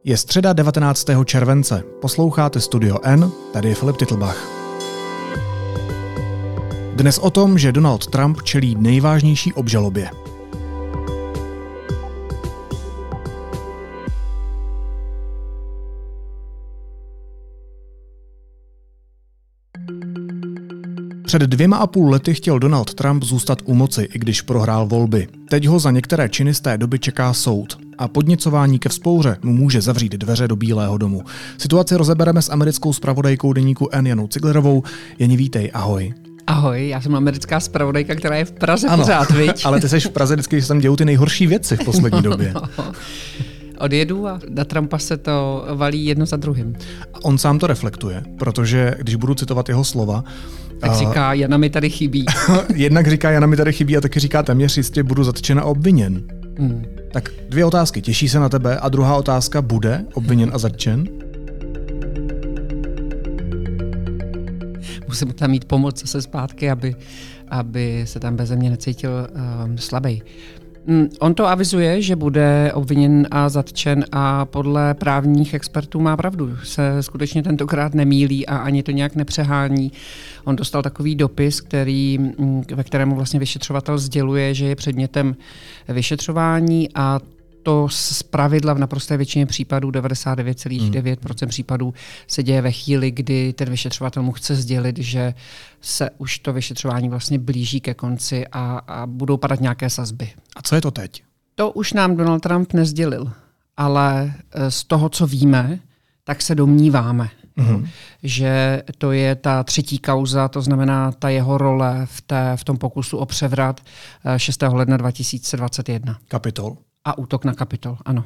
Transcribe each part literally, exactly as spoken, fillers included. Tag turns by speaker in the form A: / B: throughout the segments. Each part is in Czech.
A: Je středa devatenáctého července. Posloucháte Studio N, tady je Filip Titlbach. Dnes o tom, že Donald Trump čelí nejvážnější obžalobě. Před dvěma a půl lety chtěl Donald Trump zůstat u moci, i když prohrál volby. Teď ho za některé činy z té doby čeká soud. A podněcování ke vzpouře mu může zavřít dveře do Bílého domu. Situaci rozebereme s americkou zpravodajkou deníku N Janou Ciglerovou. Jani, vítej, ahoj.
B: Ahoj, já jsem americká zpravodajka, která je v Praze
A: ano,
B: pořád, viď?
A: Ale ty seš v Praze vždycky, že se tam dějou ty nejhorší věci v poslední době.
B: No. Odjedu a na Trumpa se to valí jedno za druhým.
A: A on sám to reflektuje, protože když budu citovat jeho slova,
B: tak uh, říká, Jana mi tady chybí.
A: Jednak říká, Jana mi tady chybí a taky říká, téměř jistě budu zatčen a obviněn. Hmm. Tak dvě otázky, těší se na tebe? A druhá otázka, bude obviněn a zatčen?
B: Musím tam mít pomoc zase zpátky, aby, aby se tam beze mě necítil um, slabý. On to avizuje, že bude obviněn a zatčen a podle právních expertů má pravdu. Se skutečně tentokrát nemýlí a ani to nějak nepřehání. On dostal takový dopis, který, ve kterému vlastně vyšetřovatel sděluje, že je předmětem vyšetřování a to zpravidla v naprosté většině případů, devadesát devět celá devět procent případů, se děje ve chvíli, kdy ten vyšetřovatel mu chce sdělit, že se už to vyšetřování vlastně blíží ke konci a, a budou padat nějaké sazby.
A: A co je to teď?
B: To už nám Donald Trump nesdělil, ale z toho, co víme, tak se domníváme, mm-hmm. že to je ta třetí kauza, to znamená ta jeho role v, té, v tom pokusu o převrat šestého ledna dva tisíce dvacet jedna.
A: Kapitol.
B: A útok na Kapitol, ano.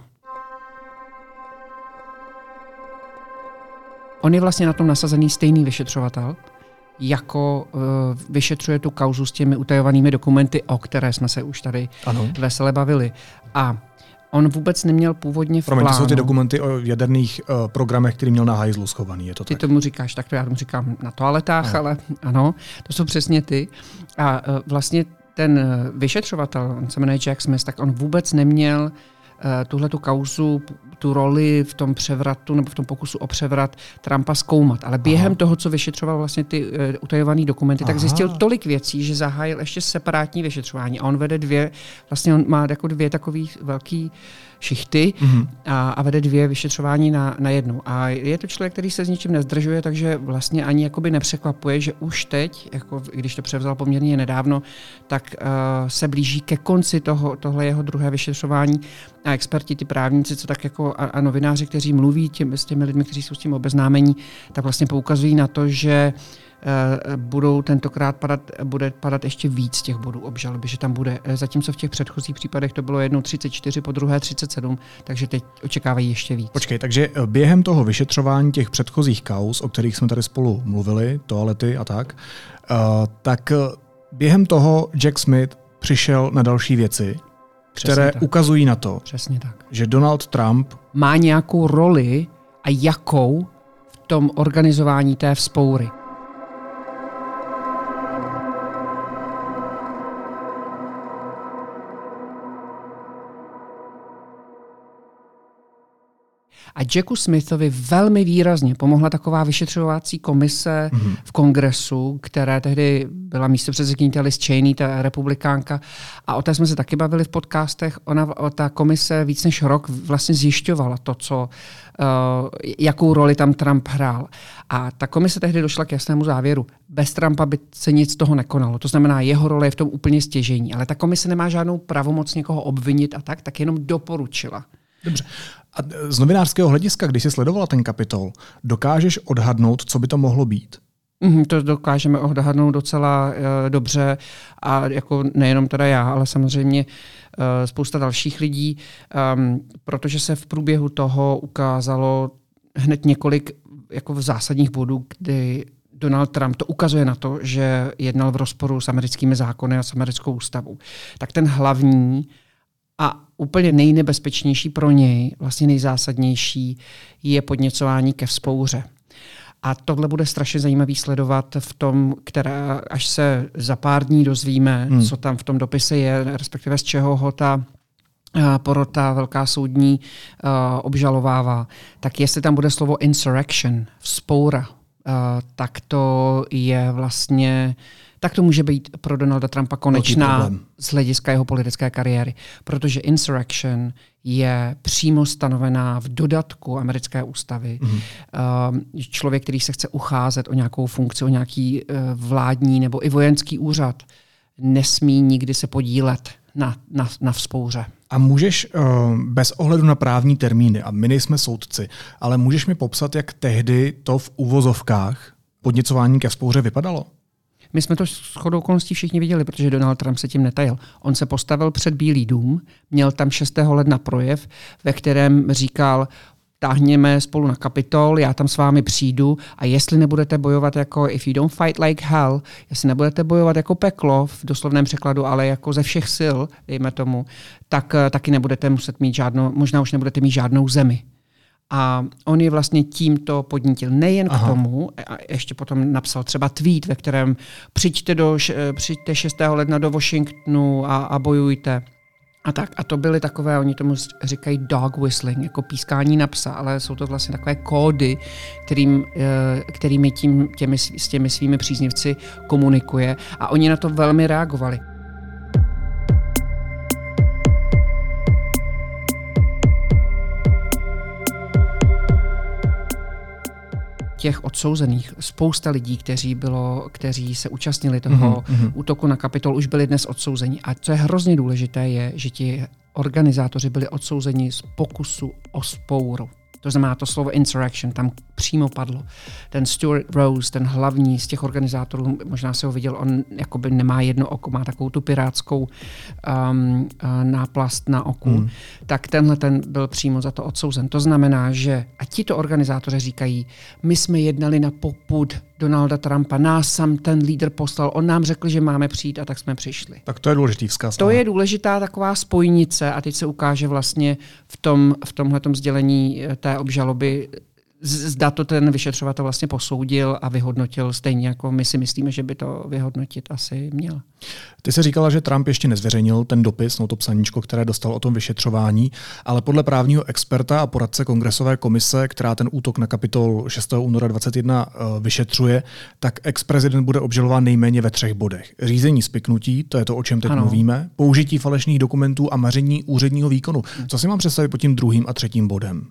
B: On je vlastně na tom nasazený stejný vyšetřovatel, jako uh, vyšetřuje tu kauzu s těmi utajovanými dokumenty, o které jsme se už tady ano. vesele bavili. A on vůbec neměl původně v
A: Promiň,
B: plánu.
A: to jsou ty dokumenty o jaderných uh, programech, který měl na hajzlu schovaný, je to
B: ty
A: tak?
B: Ty tomu říkáš, tak to já tomu říkám na toaletách, ano. ale ano, to jsou přesně ty. A uh, vlastně ten vyšetřovatel, on se jmenuje Jack Smith, tak on vůbec neměl uh, tuhletu kauzu, tu roli v tom převratu nebo v tom pokusu o převrat Trumpa zkoumat. Ale během Aha. toho, co vyšetřoval vlastně ty uh, utajované dokumenty, Aha. tak zjistil tolik věcí, že zahájil ještě separátní vyšetřování. A on vede dvě, vlastně on má jako dvě takový velký šichty mm-hmm. a, a vede dvě vyšetřování na, na jednu. A je to člověk, který se s ničím nezdržuje, takže vlastně ani jakoby nepřekvapuje, že už teď, jako když to převzal poměrně nedávno, tak uh, se blíží ke konci toho, tohle jeho druhé vyšetřování a experti, ty právníci, co tak jako a, a novináři, kteří mluví těm, s těmi lidmi, kteří jsou s tím obeznámení, tak vlastně poukazují na to, že Uh, budou tentokrát padat, bude padat ještě víc těch bodů obžaloby, že tam bude, zatímco v těch předchozích případech to bylo jednou třicet čtyři, po druhé třicet sedm, takže teď očekávají ještě víc.
A: Počkej, takže během toho vyšetřování těch předchozích kauz, o kterých jsme tady spolu mluvili, toalety a tak, uh, tak během toho Jack Smith přišel na další věci, Přesně které tak. ukazují na to,
B: Přesně tak.
A: že Donald Trump
B: má nějakou roli a jakou v tom organizování té vzpoury. A Jacku Smithovi velmi výrazně pomohla taková vyšetřovací komise mm-hmm. v kongresu, která tehdy byla místopředsedkyní Liz Cheney, ta republikánka, a o té jsme se taky bavili v podcastech. Ona, ta komise víc než rok vlastně zjišťovala to, co, uh, jakou roli tam Trump hrál. A ta komise tehdy došla k jasnému závěru. Bez Trumpa by se nic z toho nekonalo. To znamená, jeho role je v tom úplně stěžejní. Ale ta komise nemá žádnou pravomoc někoho obvinit a tak, tak jenom doporučila.
A: Dobře. A z novinářského hlediska, když jsi sledovala ten Kapitol, dokážeš odhadnout, co by to mohlo být?
B: Mm, to dokážeme odhadnout docela uh, dobře a jako nejenom teda já, ale samozřejmě uh, spousta dalších lidí, um, protože se v průběhu toho ukázalo hned několik jako zásadních bodů, kdy Donald Trump to ukazuje na to, že jednal v rozporu s americkými zákony a s americkou ústavou. Tak ten hlavní a úplně nejnebezpečnější pro něj, vlastně nejzásadnější, je podněcování ke vzpouře. A tohle bude strašně zajímavý sledovat v tom, která, až se za pár dní dozvíme, hmm. co tam v tom dopise je, respektive z čeho ho ta porota velká soudní uh, obžalovává, tak jestli tam bude slovo insurrection, vzpoura, uh, tak to je vlastně, tak to může být pro Donalda Trumpa konečná z hlediska jeho politické kariéry, protože insurrection je přímo stanovená v dodatku americké ústavy. Mm. Uh, člověk, který se chce ucházet o nějakou funkci, o nějaký uh, vládní nebo i vojenský úřad, nesmí nikdy se podílet na, na, na vzpouře.
A: A můžeš uh, bez ohledu na právní termíny, a my nejsme soudci, ale můžeš mi popsat, jak tehdy to v uvozovkách podněcování ke vzpouře vypadalo?
B: My jsme to shodou okolností všichni viděli, protože Donald Trump se tím netajil. On se postavil před Bílý dům, měl tam šestého ledna projev, ve kterém říkal, táhněme spolu na Kapitol, já tam s vámi přijdu a jestli nebudete bojovat jako if you don't fight like hell, jestli nebudete bojovat jako peklo v doslovném překladu, ale jako ze všech sil, dejme tomu, tak taky nebudete muset mít žádnou, možná už nebudete mít žádnou zemi. A on je vlastně tímto podnítil nejen Aha. k tomu, a ještě potom napsal třeba tweet, ve kterém přijďte, do, přijďte šestého ledna do Washingtonu a, a bojujte. A tak. A to byly takové, oni tomu říkají dog whistling, jako pískání na psa, ale jsou to vlastně takové kódy, kterým, kterými tím, těmi, s těmi svými příznivci komunikuje. A oni na to velmi reagovali. Těch odsouzených, spousta lidí, kteří, bylo, kteří se účastnili toho mm-hmm. útoku na Kapitol, už byli dnes odsouzeni. A co je hrozně důležité, je, že ti organizátoři byli odsouzeni z pokusu o vzpouru. To znamená, to slovo insurrection tam přímo padlo. Ten Stuart Rose, ten hlavní z těch organizátorů, možná se ho viděl, on jakoby nemá jedno oko, má takovou tu pirátskou um, náplast na oku, hmm. tak tenhle ten byl přímo za to odsouzen. To znamená, že a tito organizátoři říkají, my jsme jednali na popud Donalda Trumpa, nás sam ten lídr poslal, on nám řekl, že máme přijít a tak jsme přišli.
A: Tak to je důležitý vzkaz.
B: To ale. je důležitá taková spojnice a teď se ukáže vlastně v tom v tomhletom sdělení té obžaloby, zda to ten vyšetřovatel vlastně posoudil a vyhodnotil stejně, jako my si myslíme, že by to vyhodnotit asi měl.
A: Ty jsi říkala, že Trump ještě nezveřejnil ten dopis, no to psaníčko, které dostal o tom vyšetřování, ale podle právního experta a poradce kongresové komise, která ten útok na Kapitol šestého února dvacet jedna vyšetřuje, tak ex-prezident bude obžalován nejméně ve třech bodech. Řízení spiknutí, to je to, o čem teď ano. mluvíme, použití falešných dokumentů a maření úředního výkonu. Co si mám představit pod tím druhým a třetím bodem?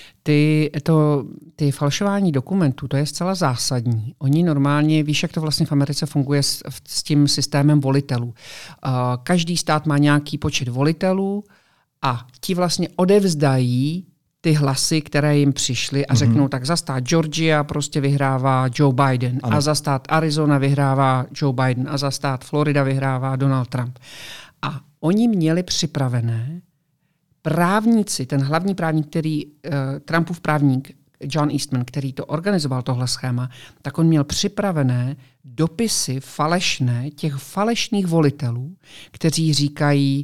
B: Ty, to, ty falšování dokumentů, to je zcela zásadní. Oni normálně, víš, jak to vlastně v Americe funguje s, s tím systémem volitelů. Uh, každý stát má nějaký počet volitelů a ti vlastně odevzdají ty hlasy, které jim přišly a mm-hmm. řeknou, tak za stát Georgia prostě vyhrává Joe Biden ano. a za stát Arizona vyhrává Joe Biden a za stát Florida vyhrává Donald Trump. A oni měli připravené právníci, ten hlavní právník, který, uh, Trumpův právník, John Eastman, který to organizoval, tohle schéma, tak on měl připravené dopisy falešné, těch falešných volitelů, kteří říkají,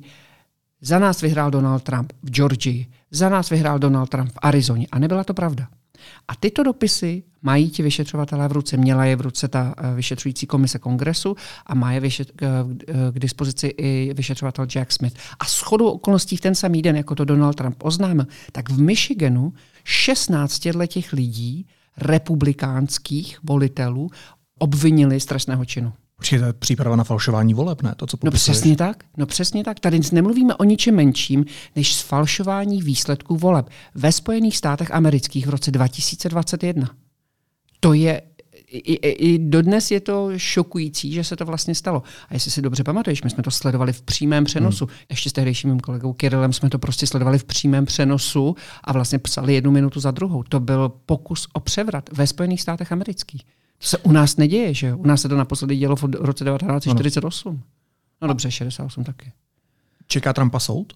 B: za nás vyhrál Donald Trump v Georgii, za nás vyhrál Donald Trump v Arizoně. A nebyla to pravda. A tyto dopisy mají ti vyšetřovatelé v ruce. Měla je v ruce ta vyšetřující komise kongresu a má je vyšet, k dispozici i vyšetřovatel Jack Smith. A shodou okolností v ten samý den, jako to Donald Trump oznámil, tak v Michiganu šestnáct těch lidí, republikánských volitelů, obvinili z trestného činu.
A: Určitě to je příprava na falšování voleb, ne? To, co
B: no přesně tak, no přesně tak. Tady nemluvíme o ničem menším, než sfalšování výsledků voleb ve Spojených státech amerických v roce dva tisíce dvacet jedna. To je, i, i, i dodnes je to šokující, že se to vlastně stalo. A jestli si dobře pamatuješ, my jsme to sledovali v přímém přenosu. Hmm. Ještě s tehdejším mým kolegou Kirillem jsme to prostě sledovali v přímém přenosu a vlastně psali jednu minutu za druhou. To byl pokus o převrat ve Spojených státech amerických. To se u nás neděje, že jo? U nás se to naposledy dělo v roce devatenáct set čtyřicet osm. No dobře, šedesát osm taky.
A: Čeká Trumpa soud?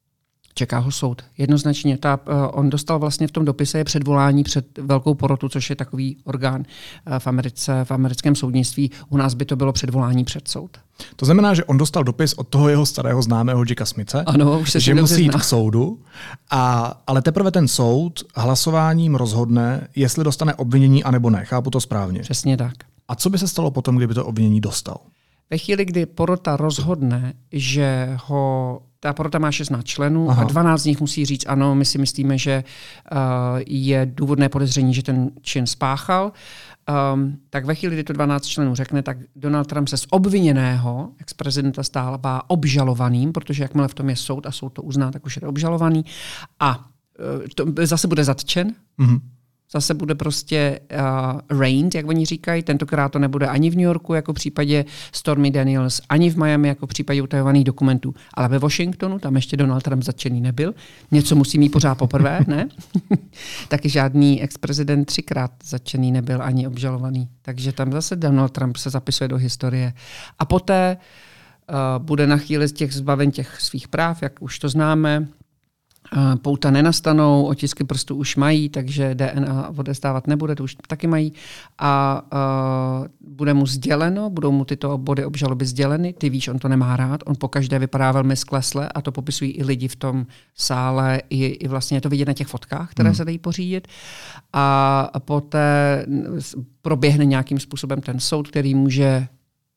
B: Čeká ho soud. Jednoznačně. Ta, uh, on dostal vlastně v tom dopise je předvolání před velkou porotu, což je takový orgán uh, v Americe, v americkém soudnictví. U nás by to bylo předvolání před soud.
A: To znamená, že on dostal dopis od toho jeho starého známého Jacka Smithe,
B: ano, už se
A: že musí jít k soudu, a, ale teprve ten soud hlasováním rozhodne, jestli dostane obvinění anebo ne. Chápu to správně.
B: Přesně tak.
A: A co by se stalo potom, kdyby to obvinění dostal?
B: Ve chvíli, kdy porota rozhodne, že ho ta porota má šestnáct členů.
A: Aha.
B: A dvanáct z nich musí říct ano, my si myslíme, že uh, je důvodné podezření, že ten čin spáchal. Um, tak ve chvíli, kdy to dvanáct členů řekne, tak Donald Trump se z obviněného ex-prezidenta stává obžalovaným, protože jakmile v tom je soud a soud to uzná, tak už je to obžalovaný. A uh, to zase bude zatčen.
A: Mm-hmm.
B: Zase bude prostě uh, reigned, jak oni říkají. Tentokrát to nebude ani v New Yorku, jako v případě Stormy Daniels, ani v Miami, jako v případě utajovaných dokumentů. Ale ve Washingtonu, tam ještě Donald Trump zatčený nebyl. Něco musí mít pořád poprvé, ne? Taky žádný ex-prezident třikrát zatčený nebyl, ani obžalovaný. Takže tam zase Donald Trump se zapisuje do historie. A poté uh, bude na chvíli z těch zbaven těch svých práv, jak už to známe. Pouta nenastanou, otisky prstů už mají, takže D N A odestávat nebude, to už taky mají. A uh, bude mu sděleno, budou mu tyto body obžaloby sděleny. Ty víš, on to nemá rád, on pokaždé vypadá velmi sklesle a to popisují i lidi v tom sále, i, i vlastně je to vidět na těch fotkách, které hmm. se dají pořídit. A poté proběhne nějakým způsobem ten soud, který může,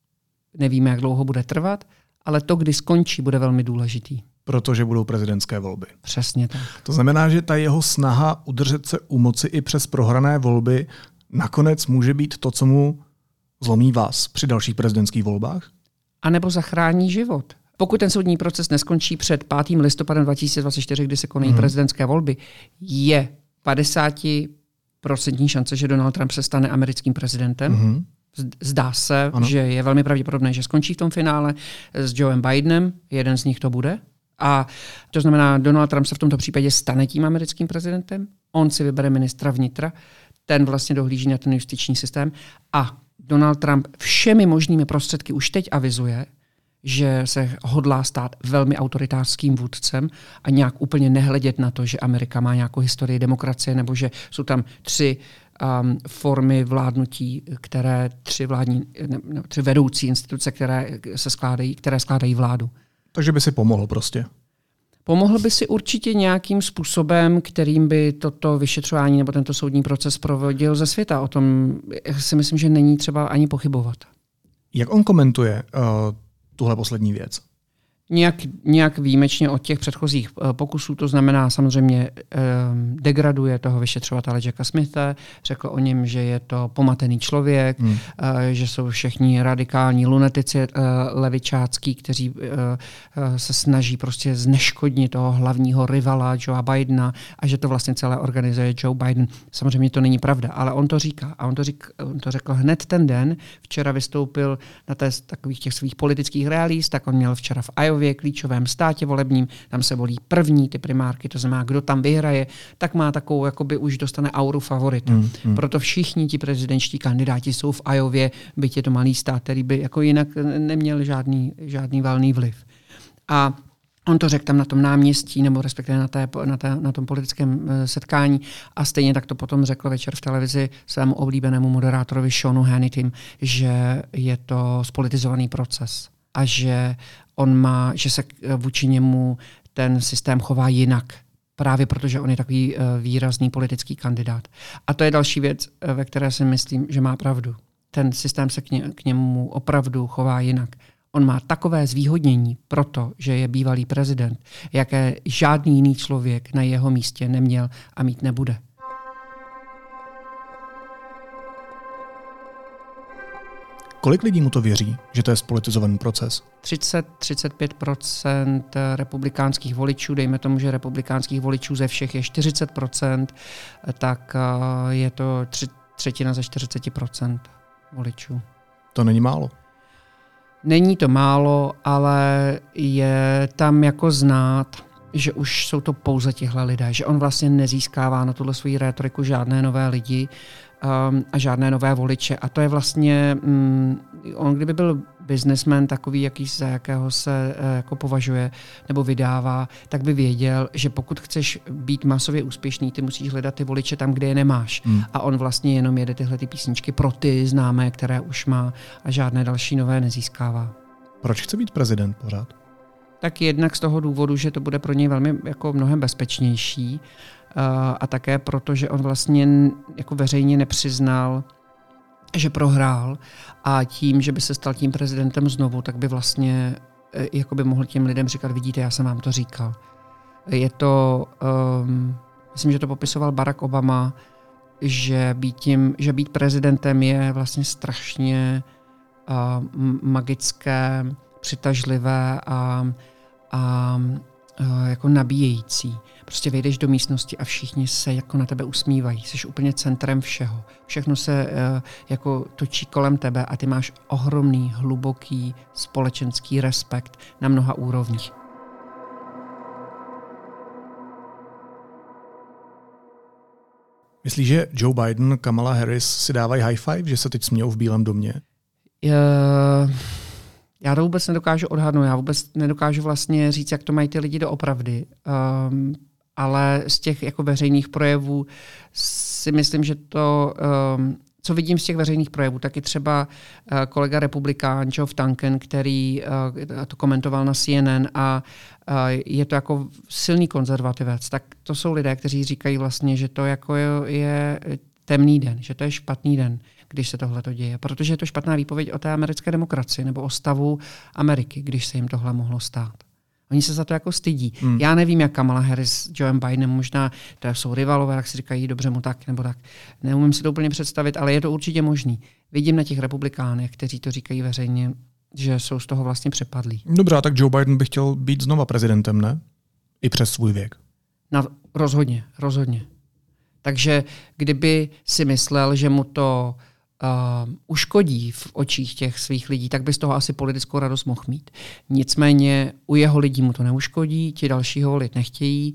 B: nevíme, jak dlouho bude trvat, ale to, kdy skončí, bude velmi důležitý.
A: Protože budou prezidentské volby.
B: Přesně tak.
A: To znamená, že ta jeho snaha udržet se u moci i přes prohrané volby nakonec může být to, co mu zlomí vás při dalších prezidentských volbách?
B: A nebo zachrání život. Pokud ten soudní proces neskončí před pátým listopadem dva tisíce dvacet čtyři, kdy se konají hmm. prezidentské volby, je padesát procent šance, že Donald Trump se stane americkým prezidentem. Hmm. Zdá se, ano. že je velmi pravděpodobné, že skončí v tom finále s Joem Bidenem. Jeden z nich to bude. A to znamená, Donald Trump se v tomto případě stane tím americkým prezidentem. On si vybere ministra vnitra, ten vlastně dohlíží na ten justiční systém. A Donald Trump všemi možnými prostředky už teď avizuje, že se hodlá stát velmi autoritářským vůdcem a nějak úplně nehledět na to, že Amerika má nějakou historii demokracie nebo že jsou tam tři um, formy vládnutí, které tři vládní, ne, ne, tři vedoucí instituce, které se skládají, které skládají vládu.
A: Takže by si pomohl prostě.
B: Pomohl by si určitě nějakým způsobem, kterým by toto vyšetřování nebo tento soudní proces provodil ze světa. O tom si myslím, že není třeba ani pochybovat.
A: Jak on komentuje uh, tuhle poslední věc?
B: Nějak, nějak výjimečně od těch předchozích pokusů, to znamená samozřejmě eh, degraduje toho vyšetřovatele Jacka Smitha, řekl o něm, že je to pomatený člověk, hmm. eh, že jsou všichni radikální lunatici eh, levičácký, kteří eh, se snaží prostě zneškodnit toho hlavního rivala Joea Bidena a že to vlastně celé organizuje Joe Biden. Samozřejmě to není pravda, ale on to říká. A on to, řík, on to řekl hned ten den. Včera vystoupil na té, takových těch svých politických reálích, tak on měl včera v Iowa v klíčovém státě volebním, tam se volí první ty primárky, to znamená, kdo tam vyhraje, tak má takovou, jakoby už dostane auru favorita. Mm, mm. Proto všichni ti prezidentští kandidáti jsou v Iově, byť je to malý stát, který by jako jinak neměl žádný, žádný valný vliv. A on to řekl tam na tom náměstí, nebo respektive na, té, na, té, na tom politickém setkání a stejně tak to potom řekl večer v televizi svému oblíbenému moderátorovi Seanu Hannitym, že je to spolitizovaný proces a že on má, že se vůči němu ten systém chová jinak. Právě protože on je takový výrazný politický kandidát. A to je další věc, ve které si myslím, že má pravdu. Ten systém se k, ně, k němu opravdu chová jinak. On má takové zvýhodnění proto, že je bývalý prezident, jaké žádný jiný člověk na jeho místě neměl a mít nebude.
A: Kolik lidí mu to věří, že to je spolitizovaný proces?
B: třicet až třicet pět procent republikánských voličů, dejme tomu, že republikánských voličů ze všech je čtyřicet procent, tak je to tři, třetina ze čtyřicet procent voličů.
A: To není málo.
B: Není to málo, ale je tam jako znát, že už jsou to pouze tihle lidé, že on vlastně nezískává na tuhle svoji rétoriku žádné nové lidi um, a žádné nové voliče. A to je vlastně, um, on kdyby byl businessman takový, jaký, za jakého se uh, jako považuje nebo vydává, tak by věděl, že pokud chceš být masově úspěšný, ty musíš hledat ty voliče tam, kde je nemáš. Hmm. A on vlastně jenom jede tyhle ty písničky pro ty známé, které už má a žádné další nové nezískává.
A: Proč chce být prezident pořád?
B: Tak jednak z toho důvodu, že to bude pro něj velmi jako mnohem bezpečnější uh, a také proto, že on vlastně jako veřejně nepřiznal, že prohrál a tím, že by se stal tím prezidentem znovu, tak by vlastně jako by mohl těm lidem říkat, vidíte, já jsem vám to říkal. Je to, um, myslím, že to popisoval Barack Obama, že být, tím, že být prezidentem je vlastně strašně uh, magické, přitažlivé a, a uh, jako nabíjející. Prostě vejdeš do místnosti a všichni se jako na tebe usmívají. Jsi úplně centrem všeho. Všechno se uh, jako točí kolem tebe a ty máš ohromný, hluboký společenský respekt na mnoha úrovních.
A: Myslíš, že Joe Biden, Kamala Harris si dávají high five, že se teď smějou v Bílém domě?
B: Uh, já to vůbec nedokážu odhadnout. Já vůbec nedokážu vlastně říct, jak to mají ty lidi doopravdy. Um, ale z těch jako veřejných projevů si myslím, že to, um, co vidím z těch veřejných projevů, tak i třeba uh, kolega republikán Geoff Duncan, který uh, to komentoval na C N N a uh, je to jako silný konzervativec, tak to jsou lidé, kteří říkají vlastně, že to jako je, je temný den, že to je špatný den, když se tohle to děje, protože je to špatná výpověď o té americké demokracii nebo o stavu Ameriky, když se jim tohle mohlo stát. Oni se za to jako stydí. Hmm. Já nevím, jak Kamala Harris s Joem Bidenem, možná to jsou rivalové, jak si říkají, dobře mu tak nebo tak. Neumím si to úplně představit, ale je to určitě možný. Vidím na těch republikánech, kteří to říkají veřejně, že jsou z toho vlastně přepadlí.
A: Dobře, tak Joe Biden by chtěl být znova prezidentem, ne? I přes svůj věk.
B: No, rozhodně, rozhodně. Takže kdyby si myslel, že mu to uh, uškodí v očích těch svých lidí, tak by z toho asi politickou radost mohl mít. Nicméně u jeho lidí mu to neuškodí, ti další ho volit nechtějí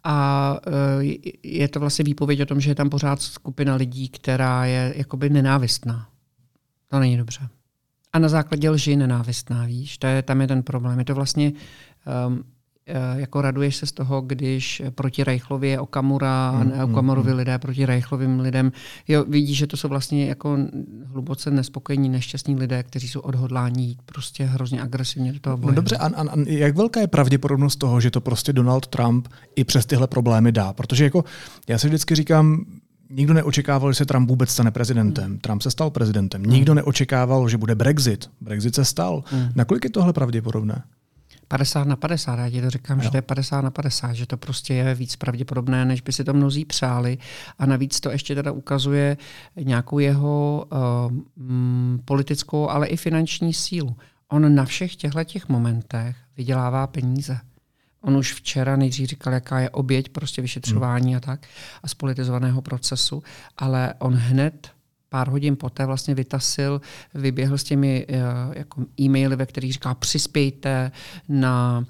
B: a uh, je to vlastně výpověď o tom, že je tam pořád skupina lidí, která je jakoby nenávistná. To není dobře. A na základě lži nenávistná, víš, to je, tam je ten problém. Je to vlastně um, jako raduješ se z toho, když proti Reichlovi je Okamura mm, a Okamurovi mm, lidé proti Reichlovým lidem. Jo, vidíš, že to jsou vlastně jako hluboce nespokojení, nešťastní lidé, kteří jsou odhodláni jít prostě hrozně agresivně do toho boje.
A: No dobře, a, a, a jak velká je pravděpodobnost toho, že to prostě Donald Trump i přes tyhle problémy dá? Protože jako já si vždycky říkám, nikdo neočekával, že se Trump vůbec stane prezidentem. Mm. Trump se stal prezidentem. Nikdo mm. neočekával, že bude Brexit. Brexit se stal. Mm. Nakolik je tohle pravděpodobné?
B: padesát na padesát, já ti to říkám, jo. Že to je padesát na padesát, že to prostě je víc pravděpodobné, než by si to mnozí přáli. A navíc to ještě teda ukazuje nějakou jeho uh, m, politickou, ale i finanční sílu. On na všech těchto těch momentech vydělává peníze. On už včera nejdřív říkal, jaká je oběť prostě vyšetřování hmm. a tak a spolitizovaného procesu, ale on hned pár hodin poté vlastně vytasil, vyběhl s těmi uh, jako e-maily, ve kterých říká přispějte na,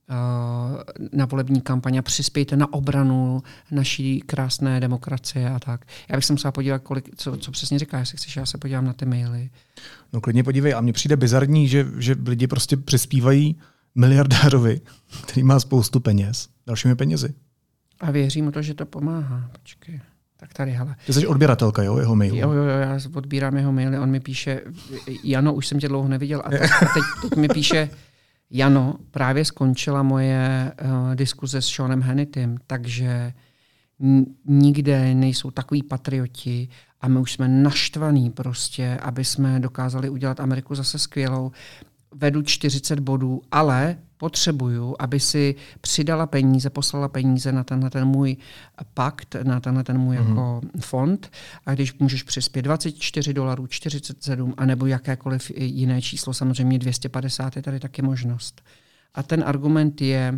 B: uh, na volební kampaň, přispějte na obranu naší krásné demokracie a tak. Já bych se musela podívat, kolik, co, co přesně říká, jestli chceš, já se podívám na ty maily.
A: No klidně podívej, a mně přijde bizarní, že, že lidi prostě přispívají miliardárovi, který má spoustu peněz, dalšími penězi.
B: A věřím mu to, že to pomáhá. Počkej. Tak tady, hele.
A: Ty jsi odběratelka, jo, jeho mailu?
B: Jo, jo, jo, já odbírám jeho maily, on mi píše, Jano, už jsem tě dlouho neviděl, a, teď, a teď, teď mi píše, Jano, právě skončila moje uh, diskuze s Seanem Hannitym, takže n- nikde nejsou takový patrioti a my už jsme naštvaní prostě, aby jsme dokázali udělat Ameriku zase skvělou. Vedu čtyřicet bodů, ale potřebuju, aby si přidala peníze, poslala peníze na tenhle ten můj pakt, na tenhle ten můj mm-hmm. jako fond. A když můžeš přispět dvacet čtyři dolarů, čtyřicet sedm, anebo jakékoliv jiné číslo, samozřejmě dvě stě padesát je tady taky možnost. A ten argument je,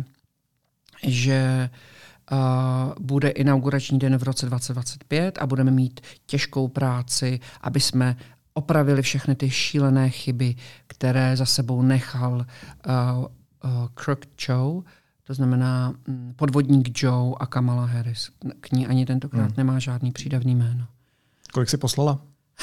B: že uh, bude inaugurační den v roce dvacet dvacet pět a budeme mít těžkou práci, aby jsme opravili všechny ty šílené chyby, které za sebou nechal uh, uh, Crooked Joe, to znamená um, podvodník Joe a Kamala Harris. K ní ani tentokrát hmm. nemá žádný přídavný jméno.
A: Kolik jsi poslala?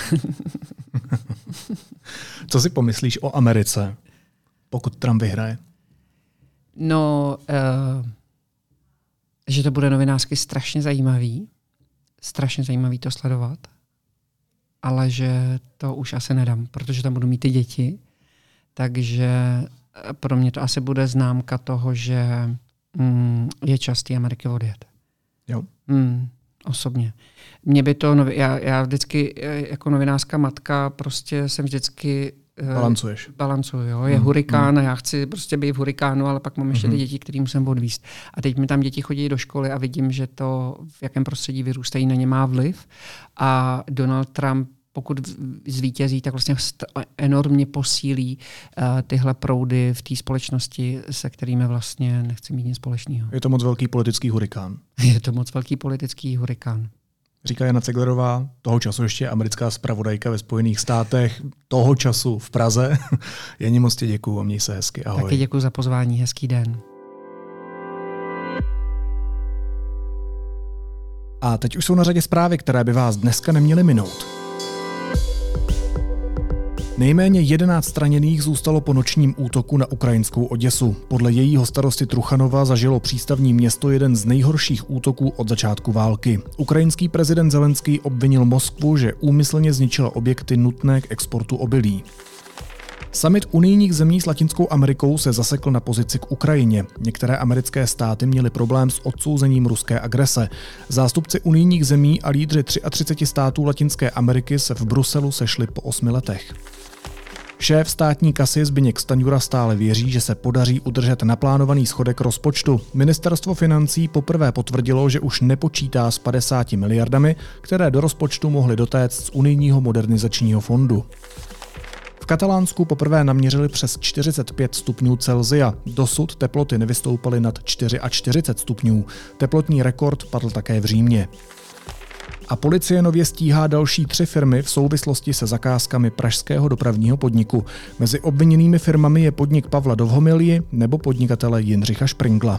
A: Co si pomyslíš o Americe, pokud Trump vyhraje?
B: No, uh, že to bude novinářsky strašně zajímavý. Strašně zajímavý to sledovat. Ale že to už asi nedám, protože tam budu mít ty děti. Takže pro mě to asi bude známka toho, že mm, je čas té Ameriky odjet.
A: Jo.
B: Mm, osobně. Mě by to, já, já vždycky jako novinářská matka prostě jsem vždycky
A: Balancuješ.
B: Balancuju, jo. Je hmm. hurikán a já chci prostě být v hurikánu, ale pak mám ještě hmm. ty děti, které musím odvízt. A teď mi tam děti chodí do školy a vidím, že to, v jakém prostředí vyrůstají, na ně má vliv. A Donald Trump, pokud zvítězí, tak vlastně enormně posílí uh, tyhle proudy v té společnosti, se kterými vlastně nechci mít nic společného.
A: Je to moc velký politický hurikán.
B: Je to moc velký politický hurikán.
A: Říká Jana Ceglerová, toho času ještě americká zpravodajka ve Spojených státech, toho času v Praze. Janí, moc ti děkuju a měj se hezky. Ahoj.
B: Taky děkuju za pozvání, hezký den.
A: A teď už jsou na řadě zprávy, které by vás dneska neměly minout. Nejméně jedenáct raněných zůstalo po nočním útoku na ukrajinskou Oděsu. Podle jejího starosty Truchanova zažilo přístavní město jeden z nejhorších útoků od začátku války. Ukrajinský prezident Zelenský obvinil Moskvu, že úmyslně zničila objekty nutné k exportu obilí. Summit unijních zemí s Latinskou Amerikou se zasekl na pozici k Ukrajině. Některé americké státy měly problém s odsouzením ruské agrese. Zástupci unijních zemí a lídři třiceti tři států Latinské Ameriky se v Bruselu sešli po osmi letech. Šéf státní kasy Zbyněk Stanjura stále věří, že se podaří udržet naplánovaný schodek rozpočtu. Ministerstvo financí poprvé potvrdilo, že už nepočítá s padesáti miliardami, které do rozpočtu mohly dotéct z unijního modernizačního fondu. V Katalánsku poprvé naměřili přes čtyřicet pět stupňů Celsia. Dosud teploty nevystoupaly nad čtyřicet čtyři stupňů. Teplotní rekord padl také v Římě. A policie nově stíhá další tři firmy v souvislosti se zakázkami pražského dopravního podniku. Mezi obviněnými firmami je podnik Pavla Dovhomilji nebo podnikatele Jindřicha Špringla.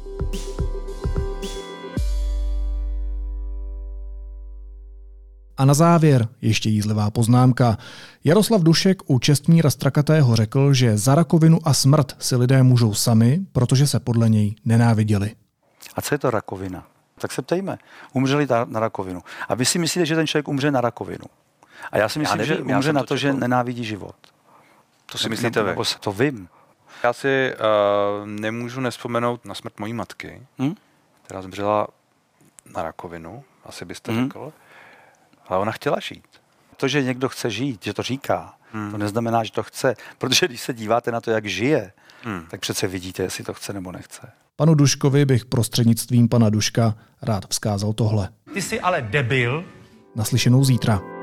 A: A na závěr ještě jízlivá poznámka. Jaroslav Dušek u Čestmíra Strakatého řekl, že za rakovinu a smrt si lidé můžou sami, protože se podle něj nenáviděli.
C: A co je to rakovina? Tak se ptejme. Umřeli na rakovinu. A vy si myslíte, že ten člověk umře na rakovinu? A já si myslím, já nevím, že umře na to, to že nenávidí život.
D: To si myslíte vy?
C: To vím.
D: Já si uh, nemůžu nevzpomenout na smrt mojí matky, hmm? která zemřela na rakovinu, asi byste hmm? řekl. Ale ona chtěla žít. To, že někdo chce žít, že to říká, hmm. to neznamená, že to chce. Protože když se díváte na to, jak žije, hmm. tak přece vidíte, jestli to chce nebo nechce.
A: Panu Duškovi bych prostřednictvím pana Duška rád vzkázal tohle.
E: Ty jsi ale debil.
A: Naslyšenou zítra.